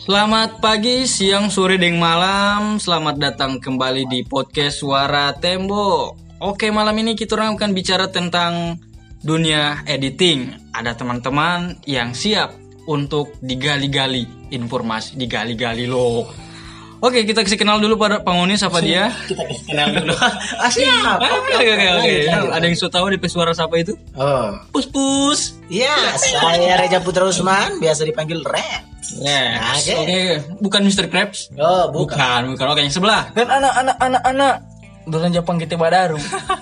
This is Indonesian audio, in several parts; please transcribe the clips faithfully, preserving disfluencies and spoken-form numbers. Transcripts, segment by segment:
Selamat pagi, siang, sore, dan malam. Selamat datang kembali di podcast Suara Tembok. Oke, malam ini kita orang akan bicara tentang dunia editing. Ada teman-teman yang siap untuk digali-gali informasi, digali-gali loh. Oke, kita kasih kenal dulu pada penghuni, siapa dia? Kita kasih kenal dulu. Ah, siap. Oke, oke, oke. Ada yang sudah tahu di suara siapa itu? Oh, Pus-pus. iya, saya Reza Putra Usman, biasa dipanggil Red. Yes. Oke. Oke, bukan mister Krabs. Oh, bukan. Bukan, bukan. Oke, yang sebelah. Dan anak-anak anak-anak dosen Jepang kita baru.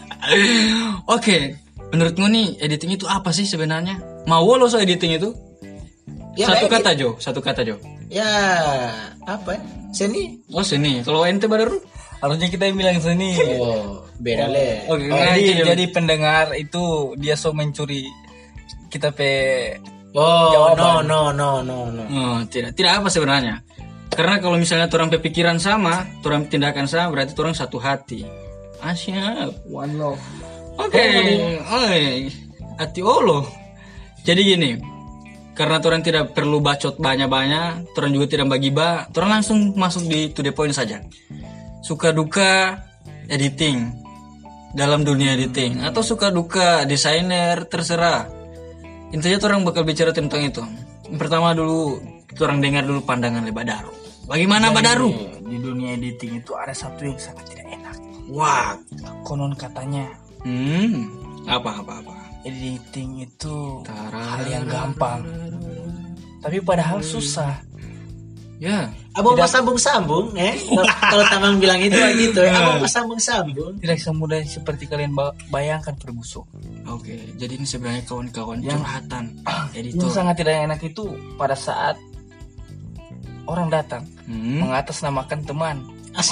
Oke, menurutmu nih editing itu apa sih sebenarnya? Mau lo so editing itu? Ya, satu baik. kata Jo, satu kata Jo. Ya, apa ya? Seni. Oh sini, kalau ente baru? Harusnya kita yang bilang seni. Oh, beda le. Oke, Oh, nah, jadi, Jo. jadi pendengar itu dia so mencuri kita pe Oh, jawaban. no, no, no, no, no. Oh, tidak, tidak apa sebenarnya. Karena kalau misalnya orang pikiran sama, orang tindakan sama, berarti orang satu hati. Ah, siap. One love. Oke, oi, hati olo. Jadi gini, karena orang tidak perlu bacot banyak-banyak, orang juga tidak bagi ba, orang langsung masuk di to the point saja. Suka duka editing dalam dunia editing atau suka duka desainer, terserah. Intinya orang bakal bicara tentang itu. Pertama dulu, orang dengar dulu pandangan le Badaru. Bagaimana Badaru? Di dunia editing itu ada satu yang sangat tidak enak. Wah, Konon katanya hmm, apa apa apa. editing itu Tarara. hal yang gampang. Tapi padahal susah. Ya, Abang pas sambung-sambung, eh? Kalau- Kalau Tamang bilang itu gitu, ya. Abang pas sambung-sambung. Tidak semudah seperti kalian ba- bayangkan perbusuk. oke. Jadi ini sebenarnya kawan-kawan Yang- curhatan Yang editor. sangat tidak enak itu pada saat orang datang Hmm. mengatasnamakan teman. Asyik.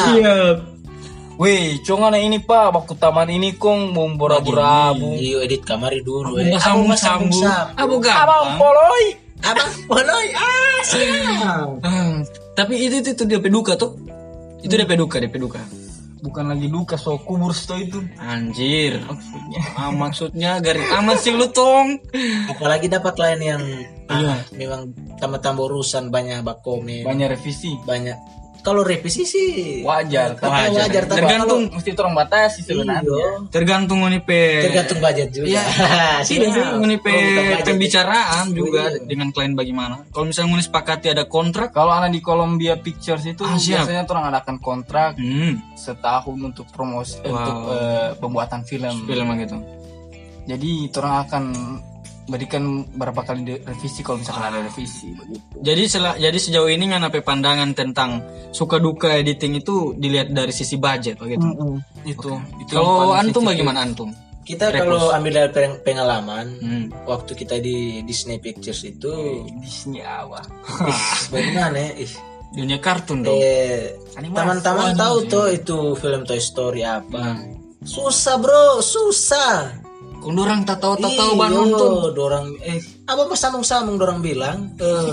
Weh, congana ini pak, baku taman ini kong mau berabu-rabu. Iyo edit kamari dulu. Aku eh. nggak Abang pas sambung-sambung. sambung-sambung. Abu Abang gampang. poloy. Abang poloy. Ah, siap. Hmm, tapi itu itu, itu D P duka tuh. Itu D P duka, D P duka. Bukan lagi duka, so kubur sto itu. Anjir. Ah, maksudnya garis aman sih lu tong. Apalagi dapat klien yang Iya. ah, memang tambah-tambah urusan banyak bak komen, Banyak revisi. banyak. Kalau revisi sih Wajar, tapi wajar. wajar, tapi Tergantung. kalau- Mesti orang batasi Iya, sebenarnya. Tergantung nih pe. tergantung budget juga. Iya. Tidak sih nguni pe Oh, bukan budget. pembicaraan juga iya. dengan klien bagaimana. Kalau misalnya nguni sepakati ada kontrak, Kalau anak di Columbia Pictures itu Ah, siap. biasanya orang adakan kontrak hmm, setahun untuk promosi Wow. untuk eh, pembuatan film. film gitu. Jadi orang akan berikan berapa kali di- revisi kalau misalkan ada revisi begitu. Jadi sel- jadi sejauh ini kan apa pandangan tentang suka duka editing itu dilihat dari sisi budget begitu. Itu itu Kalau yang paling antum sensitif. bagaimana antum? Kita Repos. kalau ambil dari peng- pengalaman Hmm. waktu kita di Disney Pictures itu Disney awal. bagaimana ya? Ih, Dunia kartun dong. eh, Animasi. teman-teman tahu tuh itu film Toy Story apa? Susah bro, susah. Kau orang tak tahu tak tahu Iya, ban nonton. dorang eh apa pas sambung-sambung dorang bilang eh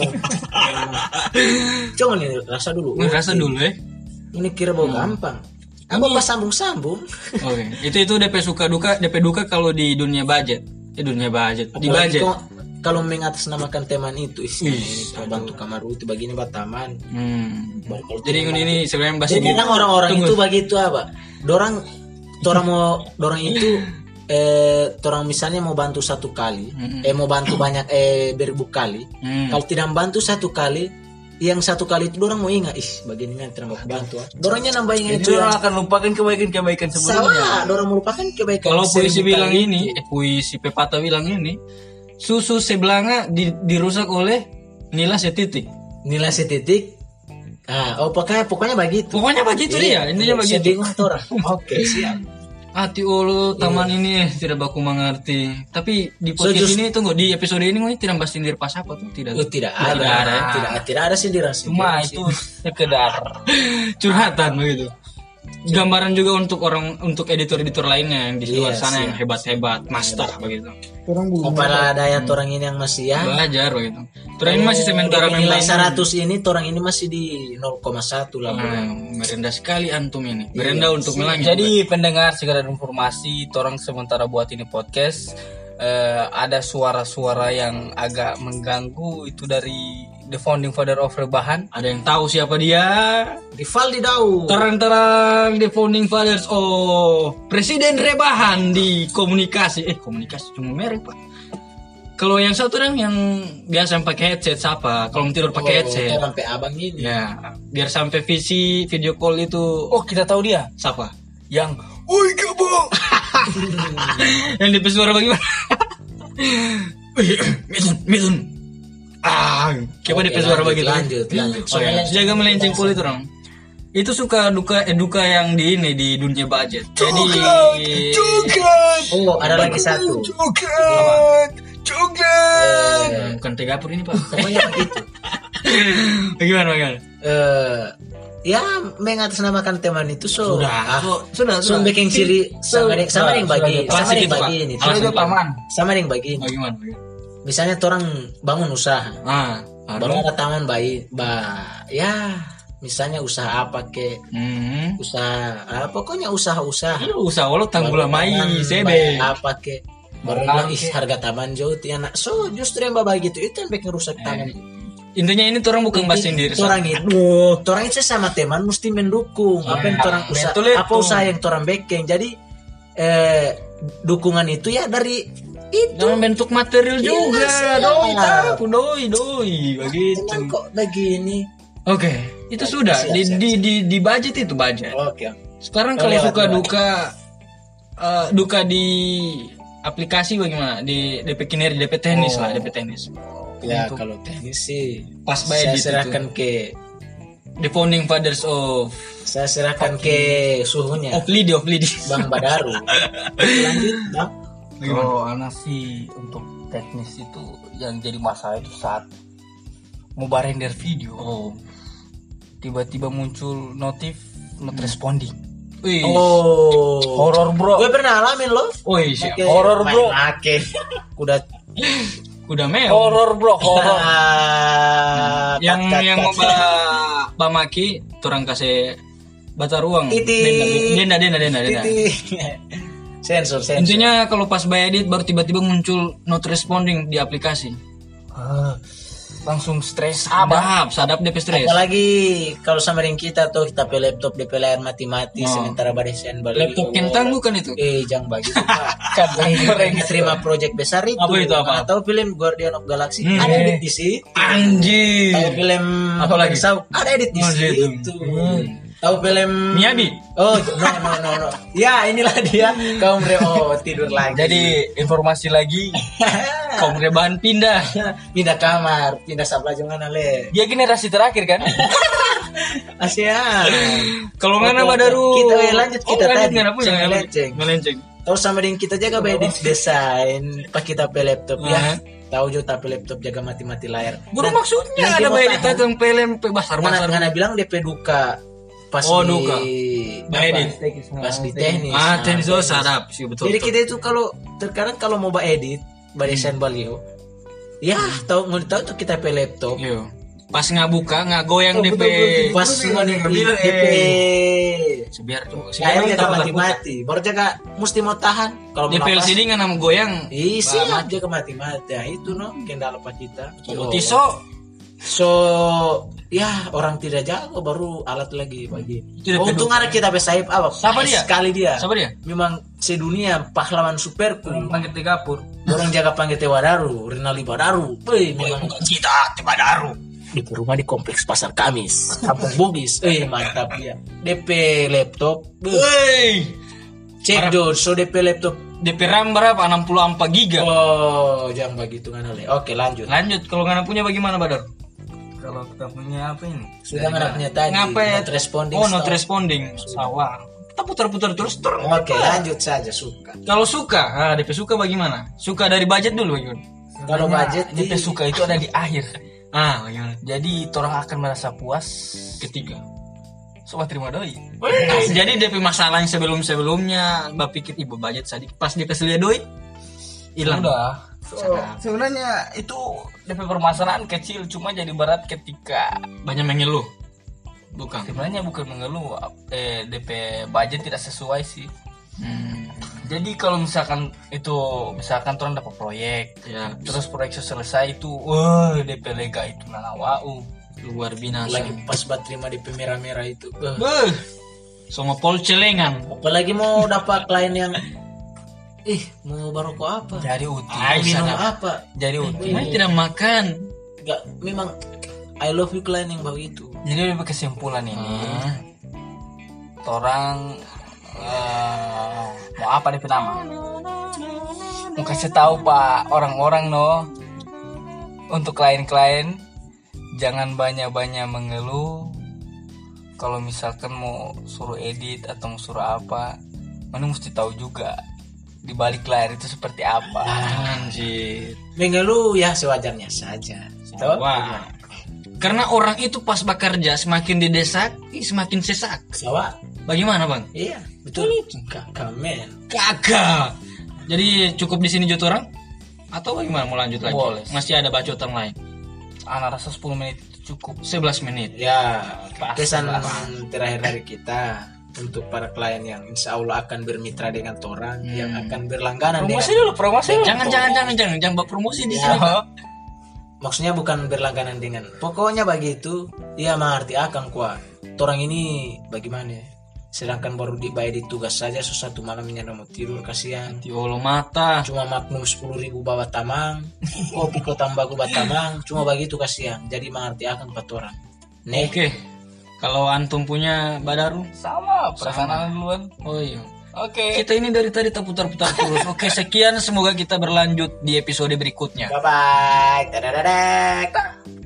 coba nih rasa dulu. Nggak rasa dulu ya. Ini kira Hmm. bau gampang. Apa pas sambung-sambung? Oke, itu itu D P suka duka, D P duka kalau di dunia budget. Eh dunia budget, di Apalagi budget. kok kalau mengatasnamakan teman itu ih, Ih, ini bantu kamar itu begini buat taman. Hmm. Baru kalau Jadi ini ini sebenarnya bahasa Jadi kadang orang-orang Tunggu. itu begitu apa? Dorang dorang mau dorang itu eh dorang misalnya mau bantu satu kali, eh mau bantu banyak eh beribu kali. Hmm. Kalau tidak bantu satu kali, yang satu kali itu dorang mau ingat, ih begini kan tidak mau bantu. ah." Dorangnya nambah ingat Itu itu orang yang akan lupakan kebaikan-kebaikan sebelumnya. salah. Dorang melupakan kebaikan. Kalau puisi seribu bilang kali ini, itu. eh puisi pepatah bilang ini, susu sebelanga di, dirusak oleh nila setitik. nilai setitik. Ah, oh pokoknya pokoknya begitu. Pokoknya begitu dia, intinya Iya, begitu. sedih tuh orang. Oke, siap. Hati ulu taman ini eh, tidak baku mengerti. Tapi di So, podcast just- ini tunggu di episode ini gue tidak bahas sindir pas apa tuh tidak. Oh, tidak Tidak ada, ada, ya? tidak, tidak ada sindiran. Cuma sindiran, itu sekedar Curhatan begitu. Gambaran juga untuk orang untuk editor-editor lainnya yang di luar Iya, sana siap. yang hebat-hebat, master begitu. Kepala daya orang ini yang masih ya. Belajar begitu. Terus ini masih sementara Dari nilai membangun. seratus ini orang ini masih di nol koma satu lah. bro. Nah, merendah sekali antum ini. Merendah untuk melangit. Jadi pendengar segala informasi, orang sementara buat ini podcast eh, ada suara-suara yang agak mengganggu itu dari the founding father of Rebahan. Ada yang tahu siapa dia? Rivaldi Daud. Terang-terang the founding fathers oh Presiden Rebahan di komunikasi. Eh komunikasi cuma merek pak. Kalau yang satu orang yang biasa pakai headset siapa? Kalau tidur pakai headset. Oh, sampai abang ini. Ya, biar sampai visi video call itu. Oh kita tahu dia. Siapa? Yang oi kabang. Yang di suara bagaimana? Mitun, mitun. Ah, coba di suara begitu. Lanjut, lanjut. Oh, ya. Jaga melenceng pula itu orang. Itu suka duka eh, duka yang di ini di dunia budget. Jadi Oh, ada lagi satu. Coklat. Coklat. Eh, Bukan tegapur ini, Pak. Pokoknya begitu. Bagaimana, bagaimana? Eh, ya mengatasnamakan teman itu so. Sudah, Ah, so- sudah, so sudah. bikin ciri sama ding sama ding bagi Sudah, sama ding gitu, Pak. bagi ini. Alasan Itu Pak. paman. Sama ding bagi ini. Bagaimana? bagaimana? Misalnya orang bangun usaha. Ah, Baru baru. ada taman bayi, ba, ya misalnya usaha apa ke Hmm. usaha, ah, pokoknya usaha-usaha. Iya, usaha lo tanggul Baru mai taman sebe. bayi apa ke, baru Barang bilang ih ke. harga taman jauh tiang nak. So justru yang bapak gitu itu yang bikin rusak taman. Intinya ini orang bukan bahas sendiri. Orang itu, orang itu sama teman mesti mendukung apa yang orang usaha, betul itu. apa usaha yang orang bikin. Jadi eh, dukungan itu ya dari itu. Dalam bentuk material Iya, juga. siap. Doi, tahu, doi, doi, begitu. Cuman kok begini? Oke, itu sudah Siap, di, siap, di di di budget itu budget. Oke. Sekarang Oh, kalau lewat, suka lewat. duka eh, duka di aplikasi bagaimana? Di D P kinerja, D P teknis Oh. lah, D P teknis. Ya Untuk kalau teknis sih pas by saya edit serahkan itu. ke The founding fathers of saya serahkan ke suhunya of Lidi of Lidi. Bang Badaru. Lanjut Bang. Kalau anak sih untuk teknis itu yang jadi masalah itu saat mau barender video, Oh. tiba-tiba muncul notif not responding. Wih. Oh. Horor bro. Gue pernah alamin loh. Wih, siap. Pakai- Horor, bro. Make. Udah Udah meo. Horor bro, horor. Ah, yang kat, kat, yang mau kat. ba bamaki turang kasih bata ruang. Titi. Denda denda denda denda. Titi. Sensor sensor. Intinya kalau pas by edit baru tiba-tiba muncul not responding di aplikasi. Ah, langsung stres abah. Sadap, sadap D P stress. Apalagi kalau sama dengan kita tuh kita pe laptop D P layar mati-mati Oh. sementara badesen balik. Laptop kentang bukan itu? Eh jangan begitu Pak. Kan Yang terima project besar itu. Apa itu, apa? Tahu film Guardian of Galaxy? Hmm. Ada edit di situ. Anjir. Tahu film Apa lagi? Sau? Ada edit di Oh, situ. situ. Tahu film Miyabi. Oh, no no no no. Ya, inilah dia. Kaum re oh tidur lagi. Jadi informasi lagi, Kaum rebahan pindah. pindah kamar, pindah sebelah jangan ale. dia generasi terakhir kan? Asyik. Kalau ngana Oke, oke. baru Kita, eh, lanjut kita oh, lanjut tadi. ngana punya Jangan ngana melenceng. melenceng. Tahu sama dengan kita jaga edit desain, pak kita pe laptop ya. Aha. Tahu juga tapi laptop jaga mati-mati layar. Baru Dan- maksudnya nanti ada mau by edit tahan. tentang film pe basar Ngana, basar. ngana bilang D P duka pas Oh, di duka. By apa? edit. Pas di teknis. Ah, Nah, tenso teknis. sadap sih betul. Jadi betul. kita itu kalau terkadang kalau mau ba edit, ba desain baliho, ya tahu mau tahu tuh kita pe laptop. Iya. Pas ngabuka ngagoyang D P. Pas semua di Nggak di bilang, D P. eh. Sebiar tuh. Kayak jaga mati-mati. Baru jaga mesti mau tahan. Kalau D mau P L napas, C D nggak nama goyang. isi lah jaga mati-mati. Ya, itu no kendala apa kita. Coba tiso. So ya orang tidak jago baru alat lagi bagi. Tidak Oh, untung peduli. ada kita besaip apa? Siapa Pas dia? Sekali dia. Siapa dia? Memang sedunia pahlawan superku. Panggil Tegapur. Orang jaga panggil Tewadaru, Rinaldi Badaru. Wih, memang Kita Tegapur. di rumah di kompleks Pasar Kamis, Kampung Bugis. Eh mantap ya. D P laptop. Wih, Woi. cek dong, so D P laptop. D P RAM berapa? enam puluh empat giga. Oh, jangan begitu kan oleh. Oke, lanjut. Lanjut, kalau nggak punya bagaimana, Badar? Kalau kita punya apa ini? Sudah nggak punya tadi. Ngapain? Not responding. Oh, not stop. responding. Sawah. Kita putar-putar terus terus. Oke, lanjut saja suka. Kalau suka, ah, D P suka bagaimana? Suka dari budget dulu bagaimana? Kalau budget D P di- suka itu ada di akhir. Ah, bagaimana? Jadi orang akan merasa puas Ketiga. sobat terima doi. Nah, jadi D P masalah yang sebelum-sebelumnya Mbak pikir ibu budget tadi pas D P selia doi hilang. Udah. Sadap. Sebenarnya itu D P permasalahan kecil, cuma jadi berat ketika Banyak mengeluh. Bukan. sebenarnya bukan mengeluh, eh D P budget tidak sesuai sih. Hmm. Jadi kalau misalkan itu misalkan orang dapat proyek, Ya, terus proyek selesai itu, wah D P lega itu nangawau. luar binasa. Lagi pas buat terima di merah-merah itu. Eh, Beuh, sama pol celengan. apalagi mau dapat klien yang ih mau barokok apa? Jadi uti. Ay, Minum sana. apa? Jadi uti. Ini tidak makan. Enggak, memang I love you klien yang begitu. Jadi lebih kesimpulan ini, orang eh, mau apa nih pertama? Mau kasih tahu pak orang-orang no, untuk klien-klien jangan banyak-banyak mengeluh. Kalau misalkan mau suruh edit atau mau suruh apa, mana mesti tahu juga di balik layar itu seperti apa. Anjir. Mengeluh ya sewajarnya saja. Tahu? Wah. Karena orang itu pas bekerja semakin didesak, ih, semakin sesak. Sawa. Bagaimana, Bang? Iya, betul. Kakak men. Kagak. Jadi cukup di sini jut orang? Atau bagaimana mau lanjut lagi? Boleh. Masih ada bacotan lain. Anak rasa sepuluh menit itu cukup. sebelas menit. Ya, Pas, pesan pas. terakhir dari kita untuk para klien yang insya Allah akan bermitra dengan orang, yang akan berlangganan Promosi dengan dulu, promosi dulu. Jangan, jangan, jangan, jangan, jangan buat promosi di sini. Ya. maksudnya bukan berlangganan dengan pokoknya begitu ya mengerti akan kuat orang ini bagaimana ya? Sedangkan baru dibayar di tugas saja satu malamnya udah mau tidur kasihan Di olo mata. cuma magnum sepuluh ribu bawa tamang kopi kok tambah bawa tamang cuma begitu kasihan jadi mengerti akan kuat orang nih Oke. Kalau antum punya Badaru? Sama, perasaan duluan. Oh iya. Oke. Kita ini dari tadi terputar-putar terus. Oke, sekian. Semoga kita berlanjut di episode berikutnya. bye bye. Dadah, dadah.